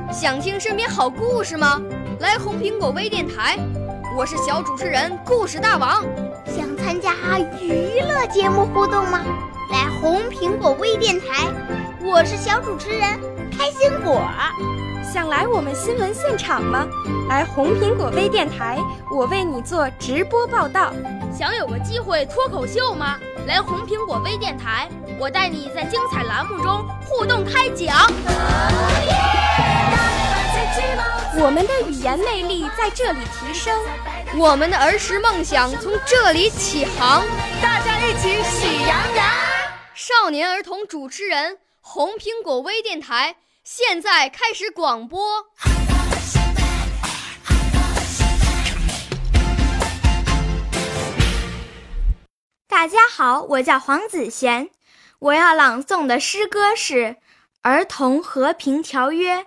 想听身边好故事吗？来红苹果微电台，我是小主持人故事大王。 想参加娱乐节目互动吗？来红苹果微电台，我是小主持人开心果。 想来我们新闻现场吗？来红苹果微电台，我为你做直播报道。 想有个机会脱口秀吗？来红苹果微电台，我带你在精彩栏目中互动开讲。 我们的语言魅力在这里提升， 我们的儿时梦想从这里起航。 大家一起喜羊羊。 少年儿童主持人，红苹果微电台现在开始广播。 大家好，我叫黄子贤，我要朗诵的诗歌是《儿童和平条约》。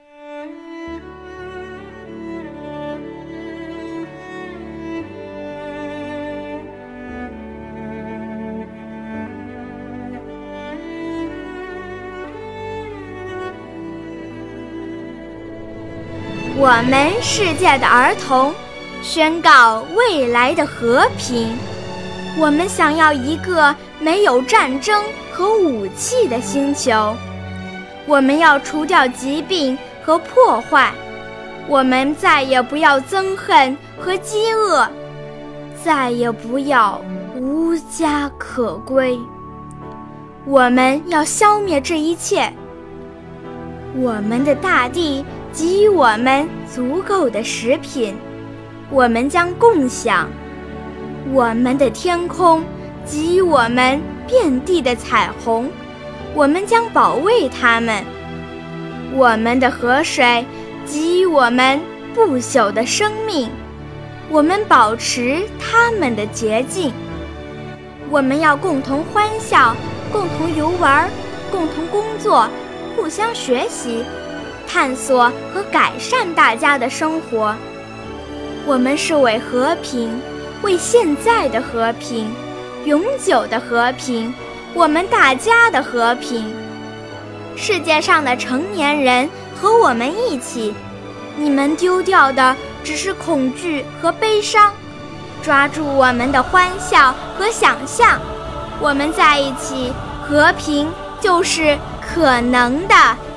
我们世界的儿童，宣告未来的和平。我们想要一个没有战争和武器的星球。我们要除掉疾病和破坏。我们再也不要憎恨和饥饿，再也不要无家可归。我们要消灭这一切。我们的大地给予我们足够的食品，我们将共享。我们的天空给予我们遍地的彩虹，我们将保卫它们。我们的河水给予我们不朽的生命，我们保持它们的洁净。我们要共同欢笑，共同游玩，共同工作，互相学习，探索和改善大家的生活。我们是为和平，为现在的和平，永久的和平，我们大家的和平。世界上的成年人和我们一起，你们丢掉的只是恐惧和悲伤，抓住我们的欢笑和想象，我们在一起，和平就是可能的。